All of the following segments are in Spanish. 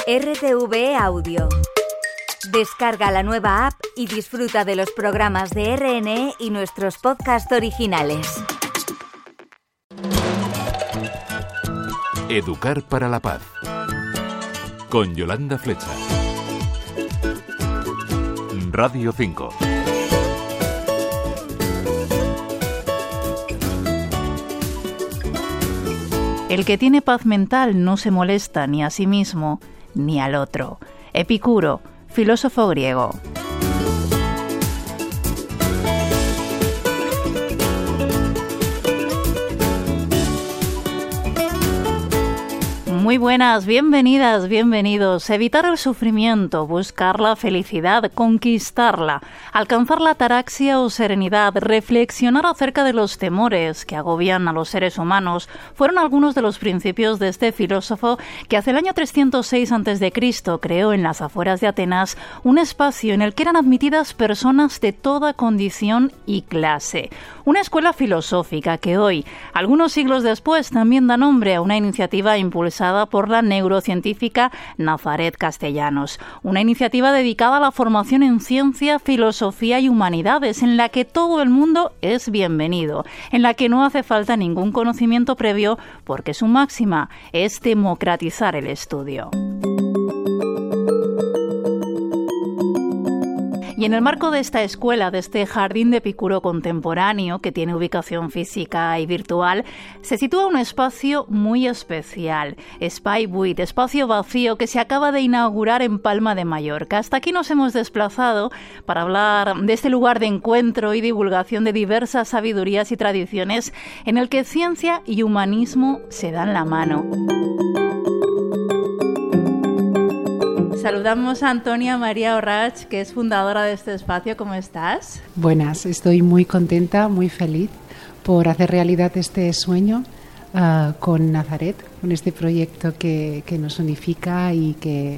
RTV Audio. Descarga la nueva app y disfruta de los programas de RNE y nuestros podcasts originales. Educar para la paz. Con Yolanda Flecha. Radio 5. El que tiene paz mental no se molesta ni a sí mismo ni al otro. Epicuro, filósofo griego. Muy buenas, bienvenidas, bienvenidos. Evitar el sufrimiento, buscar la felicidad, conquistarla, alcanzar la ataraxia o serenidad, reflexionar acerca de los temores que agobian a los seres humanos, fueron algunos de los principios de este filósofo que hacia el año 306 a.C. creó en las afueras de Atenas un espacio en el que eran admitidas personas de toda condición y clase. Una escuela filosófica que hoy, algunos siglos después, también da nombre a una iniciativa impulsada por la neurocientífica Nazaret Castellanos. Una iniciativa dedicada a la formación en ciencia, filosofía y humanidades, en la que todo el mundo es bienvenido, en la que no hace falta ningún conocimiento previo, porque su máxima es democratizar el estudio. Y en el marco de esta escuela, de este jardín de Epicuro contemporáneo, que tiene ubicación física y virtual, se sitúa un espacio muy especial, Espai Buit, espacio vacío que se acaba de inaugurar en Palma de Mallorca. Hasta aquí nos hemos desplazado para hablar de este lugar de encuentro y divulgación de diversas sabidurías y tradiciones en el que ciencia y humanismo se dan la mano. Saludamos a Antonia María Orrach, que es fundadora de este espacio. ¿Cómo estás? Buenas, estoy muy contenta, muy feliz por hacer realidad este sueño con Nazaret, con este proyecto que nos unifica y que...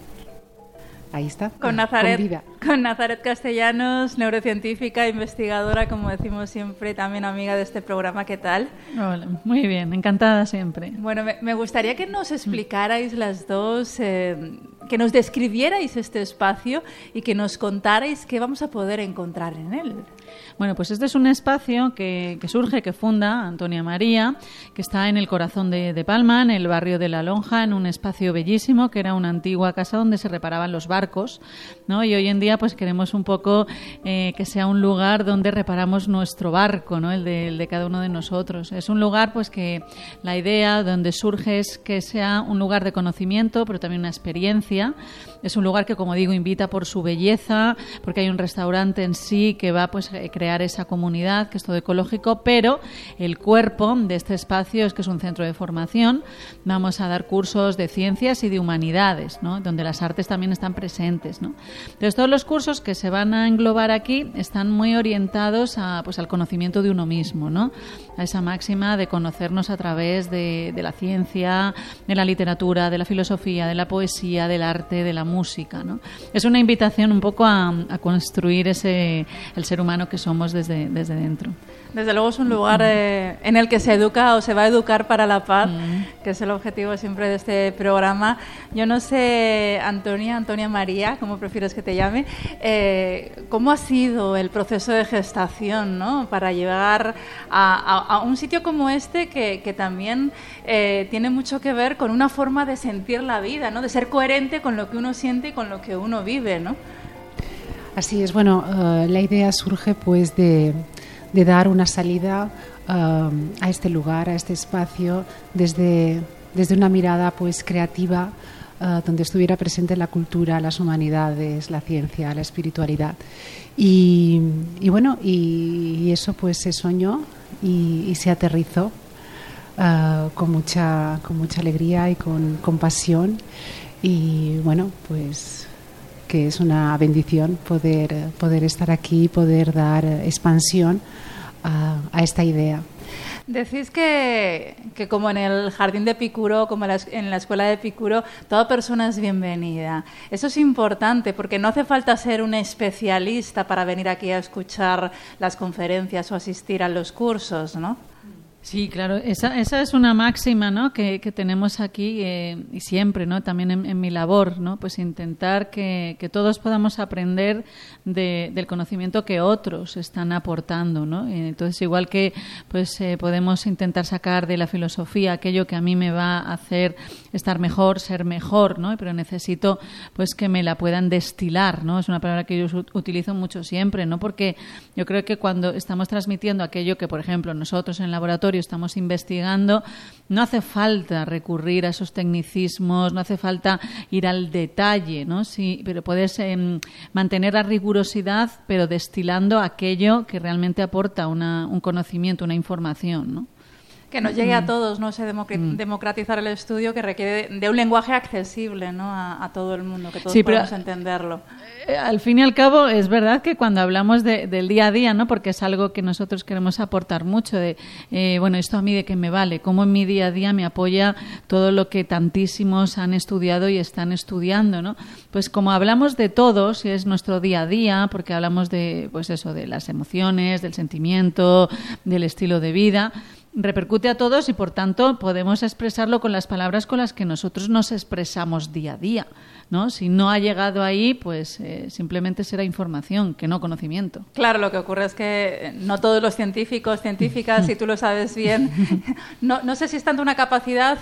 Ahí está. Con Nazaret Castellanos, neurocientífica, investigadora, como decimos siempre, también amiga de este programa. ¿Qué tal? Hola, muy bien, encantada siempre. Bueno, me gustaría que nos explicarais las dos, que nos describierais este espacio y que nos contarais qué vamos a poder encontrar en él. Bueno, pues este es un espacio que surge, que funda Antonia María, que está en el corazón de Palma, en el barrio de La Lonja, en un espacio bellísimo que era una antigua casa donde se reparaban los barcos, ¿no? Y hoy en día pues queremos un poco que sea un lugar donde reparamos nuestro barco, ¿no? El de cada uno de nosotros. Es un lugar pues que la idea donde surge es que sea un lugar de conocimiento, pero también una experiencia. Es un lugar que, como digo, invita por su belleza, porque hay un restaurante en sí que va pues crear esa comunidad, que es todo ecológico, pero el cuerpo de este espacio es que es un centro de formación. Vamos a dar cursos de ciencias y de humanidades, ¿no? Donde las artes también están presentes, ¿no? Entonces, todos los cursos que se van a englobar aquí están muy orientados pues al conocimiento de uno mismo, ¿no? A esa máxima de conocernos a través de la ciencia, de la literatura, de la filosofía, de la poesía, del arte, de la música, ¿no? Es una invitación un poco a construir el ser humano que somos desde dentro. Desde luego es un lugar en el que se educa o se va a educar para la paz, que es el objetivo siempre de este programa. Yo no sé, Antonia María, como prefieres que te llame, ¿cómo ha sido el proceso de gestación, ¿no? Para llegar a un sitio como este que también tiene mucho que ver con una forma de sentir la vida, ¿no? De ser coherente con lo que uno siente y con lo que uno vive, ¿no? Así es, bueno, la idea surge pues de dar una salida a este lugar, a este espacio, desde una mirada pues creativa, donde estuviera presente la cultura, las humanidades, la ciencia, la espiritualidad. Y bueno, y eso pues se soñó y se aterrizó con mucha alegría y con pasión. Y bueno, pues que es una bendición poder estar aquí, poder dar expansión a esta idea. Decís que como en el jardín de Epicuro, como en la escuela de Epicuro, toda persona es bienvenida. Eso es importante porque no hace falta ser un especialista para venir aquí a escuchar las conferencias o asistir a los cursos, ¿no? Sí, claro, esa es una máxima, ¿no?, que tenemos aquí y siempre, ¿no?, también en mi labor, ¿no?, pues intentar que todos podamos aprender del conocimiento que otros están aportando, ¿no? Entonces, igual que pues podemos intentar sacar de la filosofía aquello que a mí me va a hacer estar mejor, ser mejor, ¿no?, pero necesito pues que me la puedan destilar, ¿no? Es una palabra que yo utilizo mucho siempre, ¿no?, porque yo creo que cuando estamos transmitiendo aquello que, por ejemplo, nosotros en el laboratorio estamos investigando, no hace falta recurrir a esos tecnicismos, no hace falta ir al detalle, ¿no? Sí, pero puedes mantener la rigurosidad, pero destilando aquello que realmente aporta un conocimiento, una información, ¿no? Que nos llegue a todos, ¿no? Ese democratizar el estudio que requiere de un lenguaje accesible, ¿no?, a todo el mundo, que todos podamos entenderlo. Al fin y al cabo, es verdad que cuando hablamos del día a día, ¿no?, porque es algo que nosotros queremos aportar mucho, bueno, esto a mí de qué me vale, cómo en mi día a día me apoya todo lo que tantísimos han estudiado y están estudiando, ¿no? Pues como hablamos de todos, y es nuestro día a día, porque hablamos de, pues eso, de las emociones, del sentimiento, del estilo de vida, repercute a todos y, por tanto, podemos expresarlo con las palabras con las que nosotros nos expresamos día a día, ¿no? Si no ha llegado ahí, pues simplemente será información, que no conocimiento. Claro, lo que ocurre es que no todos los científicos, científicas, si tú lo sabes bien, no sé si es tanto una capacidad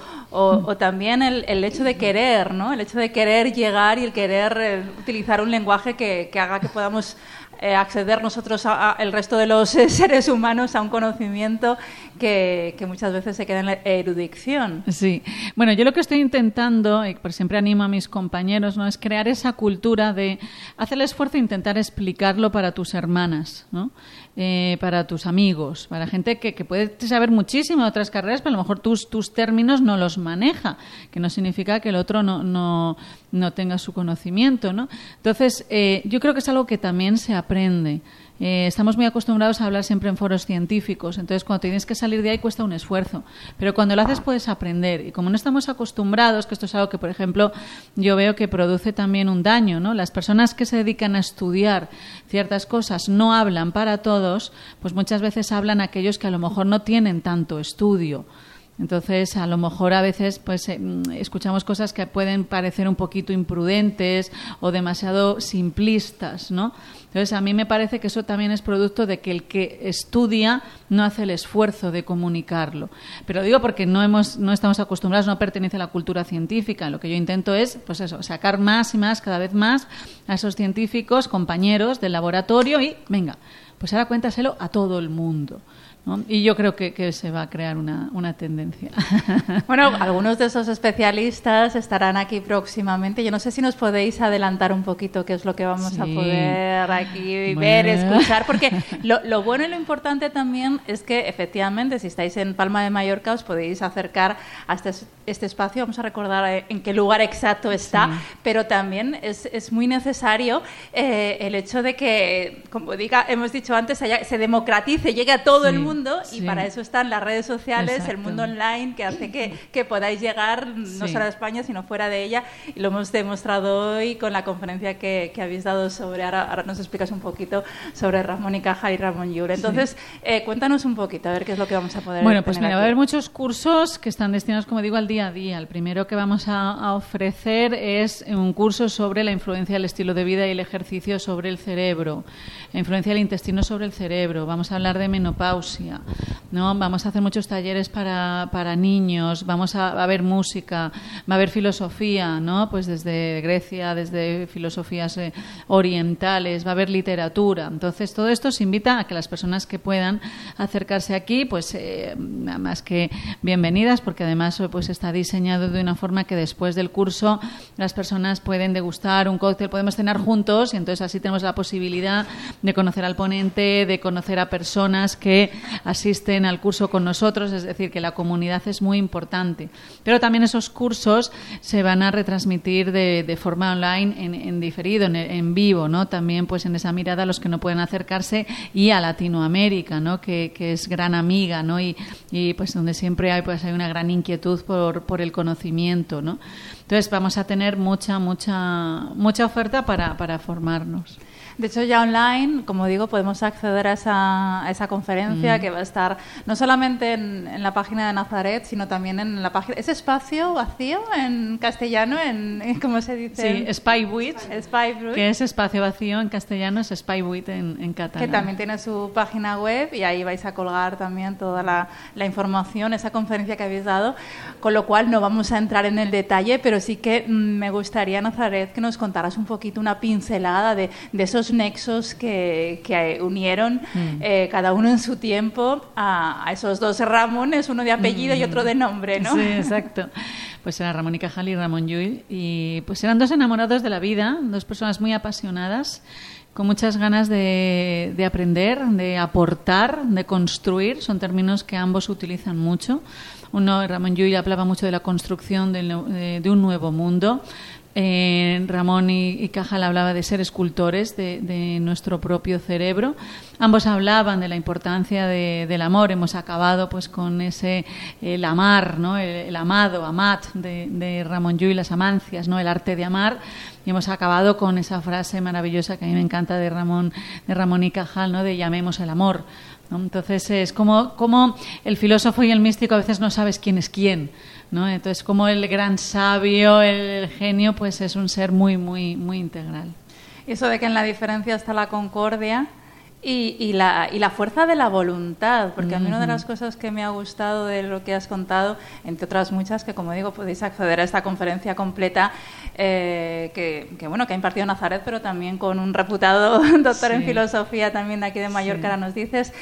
o también el hecho de querer, ¿no? El hecho de querer llegar y el querer utilizar un lenguaje que haga que podamos acceder nosotros el resto de los seres humanos a un conocimiento que muchas veces se queda en la erudición. Sí. Bueno, yo lo que estoy intentando, y por siempre animo a mis compañeros, ¿no?, es crear esa cultura de hacer el esfuerzo de intentar explicarlo para tus hermanas, ¿no?, para tus amigos, para gente que puede saber muchísimo de otras carreras, pero a lo mejor tus términos no los maneja, que no significa que el otro no tenga su conocimiento, ¿no? Entonces, yo creo que es algo que también se aprende. Estamos muy acostumbrados a hablar siempre en foros científicos, entonces cuando tienes que salir de ahí cuesta un esfuerzo, pero cuando lo haces puedes aprender, y como no estamos acostumbrados, que esto es algo que, por ejemplo, yo veo que produce también un daño, ¿no? Las personas que se dedican a estudiar ciertas cosas no hablan para todos, pues muchas veces hablan aquellos que a lo mejor no tienen tanto estudio. Entonces, a lo mejor a veces pues escuchamos cosas que pueden parecer un poquito imprudentes o demasiado simplistas, ¿no? Entonces, a mí me parece que eso también es producto de que el que estudia no hace el esfuerzo de comunicarlo. Pero digo porque no estamos acostumbrados, no pertenece a la cultura científica. Lo que yo intento es, pues eso, sacar más y más, cada vez más, a esos científicos, compañeros del laboratorio y, venga, pues ahora cuéntaselo a todo el mundo, ¿no? Y yo creo que se va a crear una tendencia. Bueno, algunos de esos especialistas estarán aquí próximamente. Yo no sé si nos podéis adelantar un poquito qué es lo que vamos a poder aquí ver, escuchar, porque lo bueno y lo importante también es que efectivamente si estáis en Palma de Mallorca os podéis acercar a este espacio. Vamos a recordar en qué lugar exacto está, pero también es muy necesario el hecho de que, como hemos dicho antes, se democratice, llegue a todo el mundo. Y para eso están las redes sociales, el mundo online, que hace que podáis llegar no solo a España, sino fuera de ella. Y lo hemos demostrado hoy con la conferencia que habéis dado sobre, ahora nos explicas un poquito, sobre Ramón y Cajal y Ramón Llull. Entonces, cuéntanos un poquito, a ver qué es lo que vamos a poder Bueno, pues mira, aquí. Va a haber muchos cursos que están destinados, como digo, al día a día. El primero que vamos a ofrecer es un curso sobre la influencia del estilo de vida y el ejercicio sobre el cerebro, la influencia del intestino sobre el cerebro. Vamos a hablar de menopausia, ¿no? Vamos a hacer muchos talleres para niños, vamos a ver música, va a haber filosofía, ¿no? Pues desde Grecia, desde filosofías orientales, va a haber literatura. Entonces, todo esto se invita a que las personas que puedan acercarse aquí, pues más que bienvenidas, porque además pues está diseñado de una forma que después del curso las personas pueden degustar un cóctel, podemos cenar juntos y entonces así tenemos la posibilidad de conocer al ponente, de conocer a personas que asisten al curso con nosotros, es decir, que la comunidad es muy importante. Pero también esos cursos se van a retransmitir de forma online, en diferido, en vivo, ¿no? También pues en esa mirada a los que no pueden acercarse y a Latinoamérica, ¿no? Que es gran amiga, ¿no? Y pues donde siempre hay una gran inquietud por el conocimiento, ¿no? Entonces vamos a tener mucha oferta para formarnos. De hecho, ya online, como digo, podemos acceder a esa conferencia que va a estar no solamente en la página de Nazaret, sino también en la página... ¿Ese espacio vacío en castellano? ¿Cómo se dice? Sí, Spybuit, que es espacio vacío en castellano, es Spybuit en catalán. Que también tiene su página web y ahí vais a colgar también toda la información, esa conferencia que habéis dado, con lo cual no vamos a entrar en el detalle, pero sí que me gustaría, Nazaret, que nos contaras un poquito una pincelada de esos nexos que unieron cada uno en su tiempo a esos dos Ramones, uno de apellido y otro de nombre, ¿no? Sí, exacto. Pues era Ramón y Cajal y Ramón Llull, y pues eran dos enamorados de la vida, dos personas muy apasionadas, con muchas ganas de aprender, de aportar, de construir. Son términos que ambos utilizan mucho. Ramón Llull hablaba mucho de la construcción de un nuevo mundo. Ramón y Cajal hablaba de ser escultores de nuestro propio cerebro. Ambos hablaban de la importancia del amor. Hemos acabado pues con el amar, ¿no? El amado, amat de Ramón Llull, las amancias, ¿no? El arte de amar. Y hemos acabado con esa frase maravillosa que a mí me encanta de Ramón y Cajal, ¿no? De llamemos el amor, ¿no? Entonces es como el filósofo y el místico a veces no sabes quién es quién, ¿no? Entonces como el gran sabio, el genio, pues es un ser muy, muy, muy integral. Eso de que en la diferencia está la concordia y la fuerza de la voluntad, porque a mí una de las cosas que me ha gustado de lo que has contado, entre otras muchas, que como digo podéis acceder a esta conferencia completa que ha impartido Nazaret, pero también con un reputado doctor en filosofía también de aquí de Mallorca, ahora nos dices,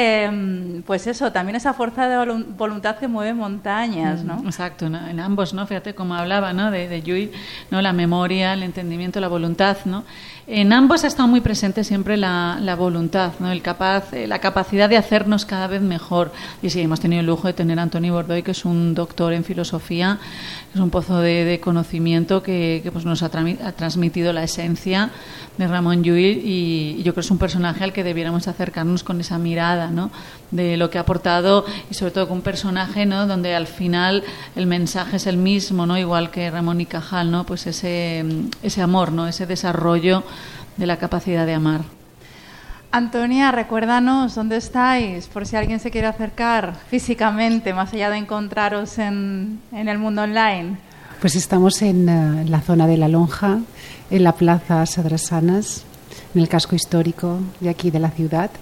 pues eso, también esa fuerza de voluntad que mueve montañas, ¿no? Exacto, ¿no? En ambos, ¿no? Fíjate cómo hablaba, ¿no? De Llull, ¿no? La memoria, el entendimiento, la voluntad, ¿no? En ambos ha estado muy presente siempre la voluntad, ¿no? La capacidad de hacernos cada vez mejor. Y sí, hemos tenido el lujo de tener a Antoni Bordoy, que es un doctor en filosofía, es un pozo de conocimiento que pues nos ha transmitido la esencia de Ramón Llull, y yo creo que es un personaje al que debiéramos acercarnos con esa mirada, ¿no? De lo que ha aportado, y sobre todo con un personaje, ¿no? Donde al final el mensaje es el mismo, ¿no? Igual que Ramón y Cajal, ¿no? Pues ese amor, ¿no? Ese desarrollo de la capacidad de amar. Antonia, recuérdanos dónde estáis, por si alguien se quiere acercar físicamente, más allá de encontraros en el mundo online. Pues estamos en la zona de La Lonja, en la Plaza Sadrasanas, en el casco histórico de aquí de la ciudad.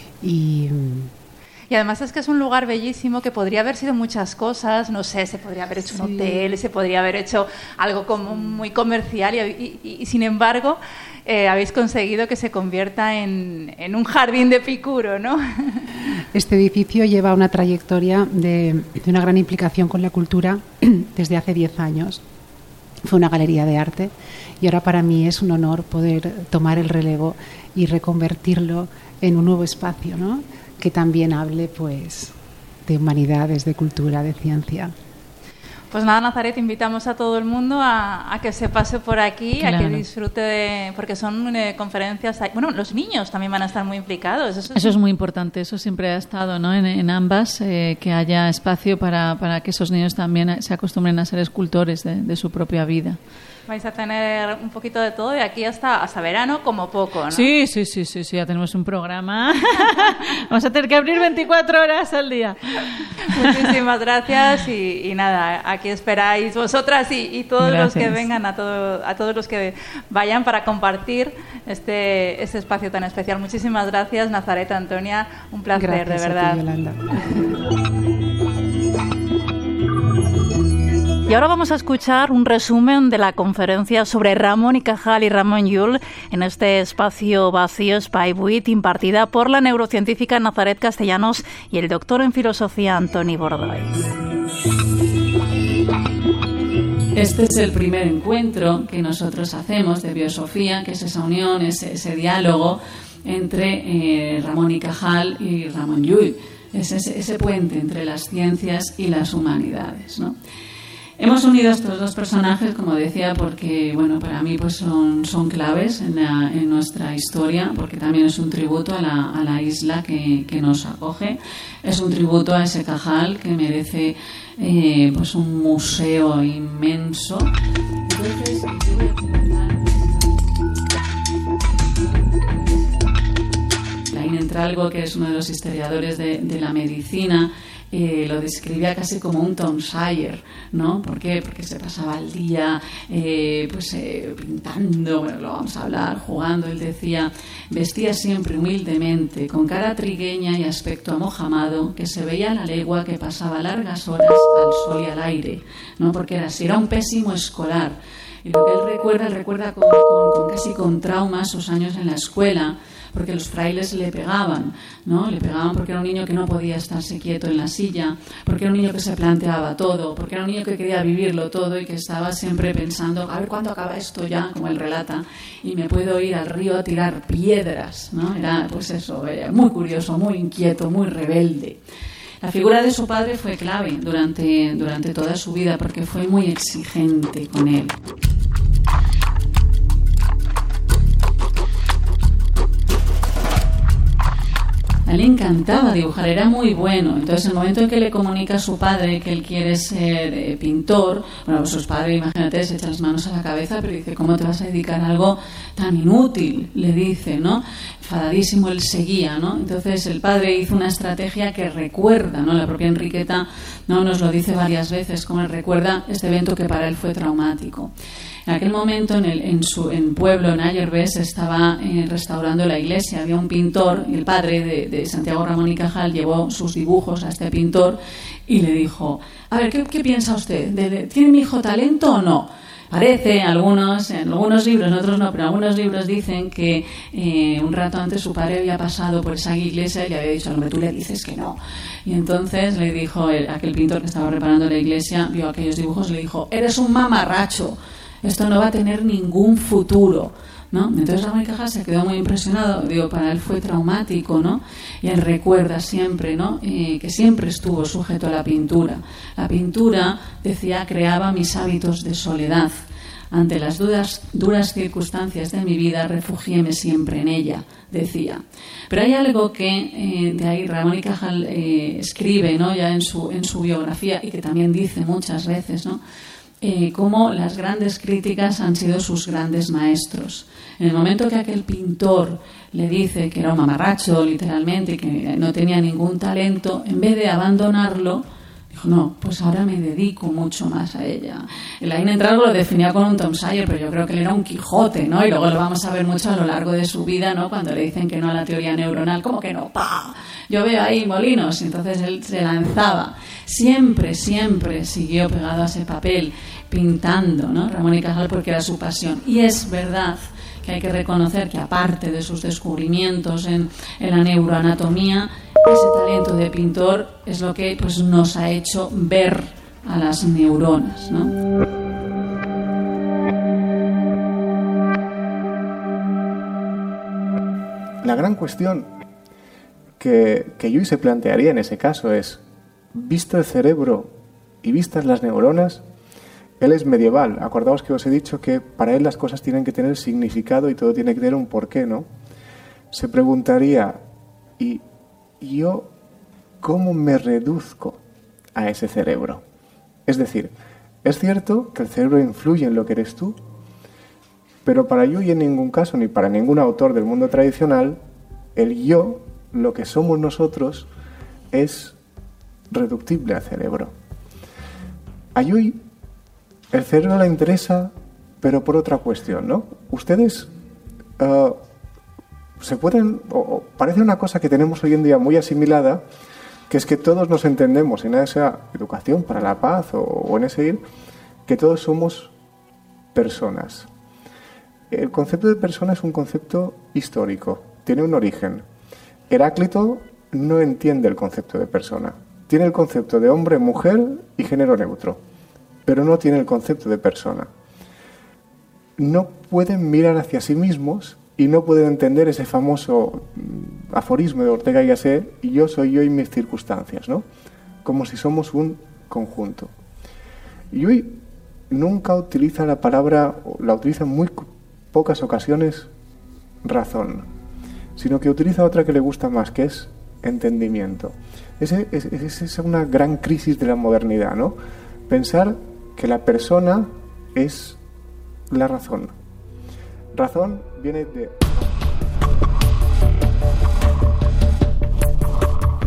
Y además es que es un lugar bellísimo que podría haber sido muchas cosas, no sé, se podría haber hecho un hotel, se podría haber hecho algo como muy comercial y sin embargo habéis conseguido que se convierta en un jardín de Epicuro, ¿no? Este edificio lleva una trayectoria de una gran implicación con la cultura desde hace 10 años. Fue una galería de arte y ahora para mí es un honor poder tomar el relevo y reconvertirlo en un nuevo espacio, ¿no? Que también hable pues de humanidades, de cultura, de ciencia. Pues nada, Nazaret, invitamos a todo el mundo a que se pase por aquí, claro, a que disfrute porque son conferencias. Bueno, los niños también van a estar muy implicados. Eso es muy importante, eso siempre ha estado, ¿no? En ambas, que haya espacio para que esos niños también se acostumbren a ser escultores de su propia vida. Vais a tener un poquito de todo de aquí hasta verano, como poco, ¿no? Sí, ya tenemos un programa. Vamos a tener que abrir 24 horas al día. Muchísimas gracias y nada, aquí esperáis vosotras y todos los que vengan, a todos los que vayan para compartir este espacio tan especial. Muchísimas gracias, Nazaret, Antonia, un placer, gracias, de verdad. A ti, Yolanda. Y ahora vamos a escuchar un resumen de la conferencia sobre Ramón y Cajal y Ramón Llull en este espacio vacío Spybuit, impartida por la neurocientífica Nazaret Castellanos y el doctor en filosofía Antoni Bordoy. Este es el primer encuentro que nosotros hacemos de biosofía, que es esa unión, ese diálogo entre Ramón y Cajal y Ramón Llull. Es ese puente entre las ciencias y las humanidades, ¿no? Hemos unido a estos dos personajes, como decía, porque bueno, para mí pues son claves en nuestra historia, porque también es un tributo a la isla que nos acoge, es un tributo a ese Cajal que merece pues un museo inmenso. Entonces, yo voy a comenzar la Entralgo, que es uno de los historiadores de la medicina, lo describía casi como un Tom Sawyer, ¿no? ¿Por qué? Porque se pasaba el día pintando, bueno, lo vamos a hablar, jugando. Él decía, vestía siempre humildemente, con cara trigueña y aspecto amojamado, que se veía a la legua que pasaba largas horas al sol y al aire, ¿no? Porque era un pésimo escolar. Y lo que él recuerda casi con trauma sus años en la escuela, porque los frailes le pegaban, ¿no? Le pegaban porque era un niño que no podía estarse quieto en la silla, porque era un niño que se planteaba todo, porque era un niño que quería vivirlo todo y que estaba siempre pensando, a ver cuándo acaba esto ya, como él relata, y me puedo ir al río a tirar piedras, ¿no? Era, pues eso, muy curioso, muy inquieto, muy rebelde. La figura de su padre fue clave durante toda su vida, porque fue muy exigente con él. A él le encantaba dibujar, era muy bueno. Entonces, el momento en que le comunica a su padre que él quiere ser pintor, bueno, pues sus padres, imagínate, se echa las manos a la cabeza, pero dice, ¿cómo te vas a dedicar a algo tan inútil? Le dice, ¿no? Enfadadísimo, él seguía, ¿no? Entonces, el padre hizo una estrategia que recuerda, ¿no? La propia Enriqueta, ¿no? Nos lo dice varias veces, como él recuerda este evento que para él fue traumático. En aquel momento, en su pueblo, en Ayerbe, se estaba restaurando la iglesia. Había un pintor, y el padre de Santiago Ramón y Cajal llevó sus dibujos a este pintor y le dijo, a ver, ¿qué piensa usted? ¿Tiene mi hijo talento o no? Parece, en algunos libros, en otros no, pero algunos libros dicen que un rato antes su padre había pasado por esa iglesia y le había dicho, hombre, tú le dices que no. Y entonces le dijo, aquel pintor que estaba reparando la iglesia, vio aquellos dibujos y le dijo, eres un mamarracho. Esto no va a tener ningún futuro, ¿no? Entonces Ramón y Cajal se quedó muy impresionado. Digo, para él fue traumático, ¿no? Y él recuerda siempre, ¿no? Que siempre estuvo sujeto a la pintura. La pintura, decía, creaba mis hábitos de soledad. Ante las duras circunstancias de mi vida, refugiéme siempre en ella, decía. Pero hay algo que de ahí Ramón y Cajal escribe, ¿no? Ya en su biografía, y que también dice muchas veces, ¿no? Cómo las grandes críticas han sido sus grandes maestros. En el momento que aquel pintor le dice que era un mamarracho, literalmente, y que no tenía ningún talento, en vez de abandonarlo, dijo, no, pues ahora me dedico mucho más a ella. El Aín Entralgo lo definía con un Tom Sawyer, pero yo creo que él era un Quijote, ¿no? Y luego lo vamos a ver mucho a lo largo de su vida, ¿no? Cuando le dicen que no a la teoría neuronal, ¿cómo que no? ¡Pah! Yo veo ahí molinos. Entonces él se lanzaba. Siempre siguió pegado a ese papel, pintando, ¿no? Ramón y Cajal, porque era su pasión. Y es verdad que hay que reconocer que, aparte de sus descubrimientos en la neuroanatomía, ese talento de pintor es lo que, pues, nos ha hecho ver a las neuronas, ¿no? La gran cuestión que Lluís se plantearía en ese caso es, visto el cerebro y vistas las neuronas, él es medieval. Acordaos que os he dicho que para él las cosas tienen que tener significado y todo tiene que tener un porqué, ¿no? Se preguntaría, ¿y yo cómo me reduzco a ese cerebro? Es decir, es cierto que el cerebro influye en lo que eres tú, pero para Lluís en ningún caso, ni para ningún autor del mundo tradicional, el yo, lo que somos nosotros, es reductible al cerebro. A Lluís el cerebro le interesa, pero por otra cuestión, ¿no? Ustedes se pueden, o parece una cosa que tenemos hoy en día muy asimilada, que es que todos nos entendemos en esa educación para la paz o en ese ir, que todos somos personas. El concepto de persona es un concepto histórico, tiene un origen. Heráclito no entiende el concepto de persona. Tiene el concepto de hombre, mujer y género neutro, pero no tiene el concepto de persona. No pueden mirar hacia sí mismos y no pueden entender ese famoso aforismo de Ortega y Gasset, y yo soy yo y mis circunstancias, ¿no? Como si somos un conjunto. Y hoy nunca utiliza la palabra, la utiliza en muy pocas ocasiones, razón, sino que utiliza otra que le gusta más, que es entendimiento. Esa es una gran crisis de la modernidad, ¿no? Pensar que la persona es la razón. Razón viene de...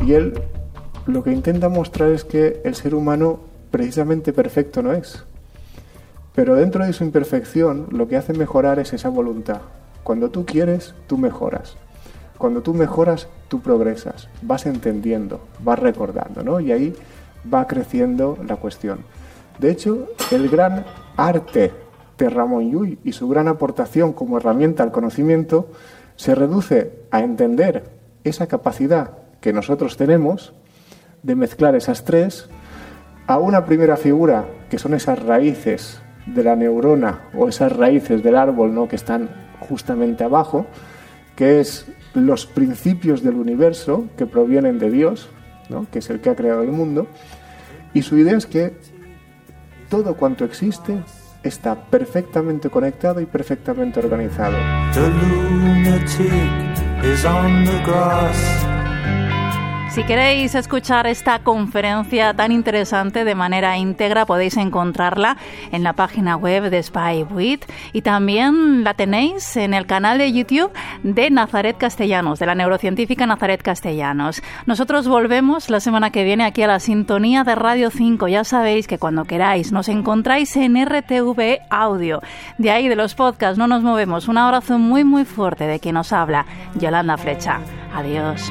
Y él lo que intenta mostrar es que el ser humano precisamente perfecto no es. Pero dentro de su imperfección lo que hace mejorar es esa voluntad. Cuando tú quieres, tú mejoras. Cuando tú mejoras, tú progresas. Vas entendiendo, vas recordando, ¿no? Y ahí va creciendo la cuestión. De hecho, el gran arte de Ramón Llull y su gran aportación como herramienta al conocimiento se reduce a entender esa capacidad que nosotros tenemos de mezclar esas tres a una primera figura, que son esas raíces de la neurona o esas raíces del árbol, ¿no?, que están justamente abajo, que es los principios del universo que provienen de Dios, ¿no?, que es el que ha creado el mundo, y su idea es que todo cuanto existe está perfectamente conectado y perfectamente organizado. The lunatic is on the grass. Si queréis escuchar esta conferencia tan interesante de manera íntegra, podéis encontrarla en la página web de SpyWit y también la tenéis en el canal de YouTube de Nazaret Castellanos, de la neurocientífica Nazaret Castellanos. Nosotros volvemos la semana que viene aquí a la sintonía de Radio 5. Ya sabéis que cuando queráis nos encontráis en RTV Audio. De ahí, de los podcasts, no nos movemos. Un abrazo muy muy fuerte de quien nos habla, Yolanda Flecha. Adiós.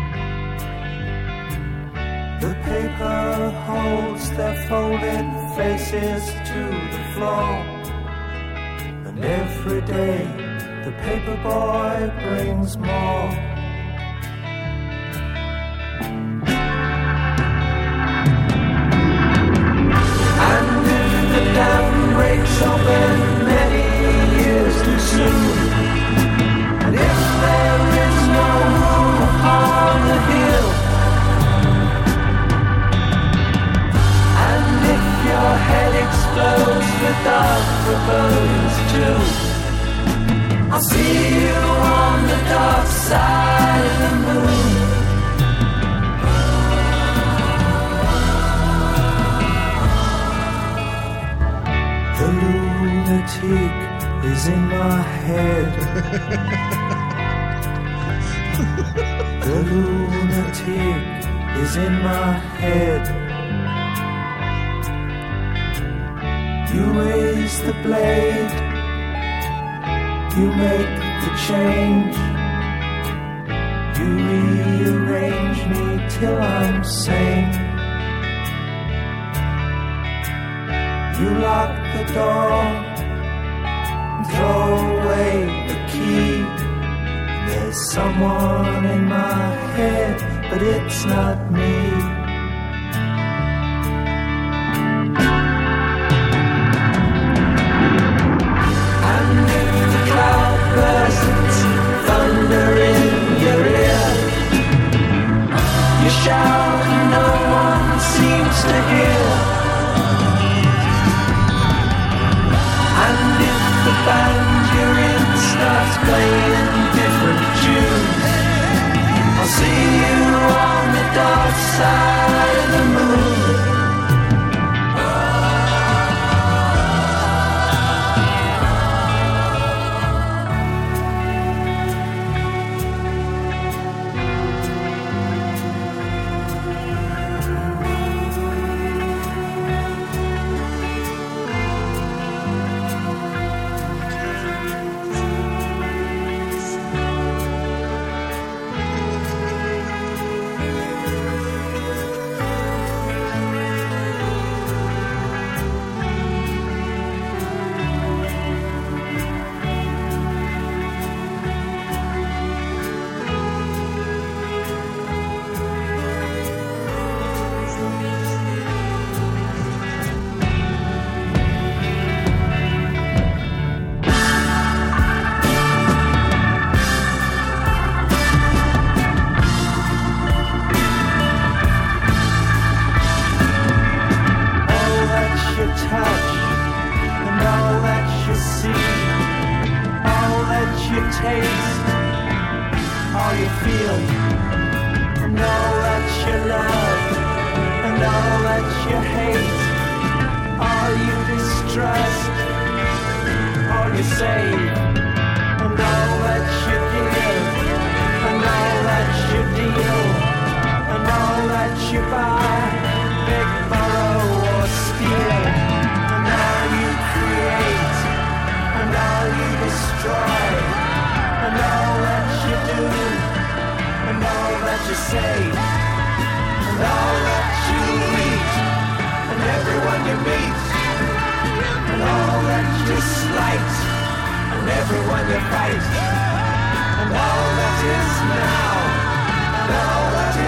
The paper holds their folded faces to the floor, and every day the paper boy brings more. And if the dam breaks open many years too soon, and if there is no room upon the hill, your head explodes with dark forebodings too, I'll see you on the dark side of the moon. The lunatic is in my head. The lunatic is in my head. You raise the blade, you make the change, you rearrange me till I'm sane. You lock the door and throw away the key. There's someone in my head, but it's not me. Thunder in your ear, you shout and no one seems to hear. And if the band you're in starts playing different tunes, I'll see you on the dark side of the moon. Taste all you feel, and all that you love, and all that you hate, all you distrust, all you save, and all that you give, and all that you deal, and everyone you face, and all that is now, and all that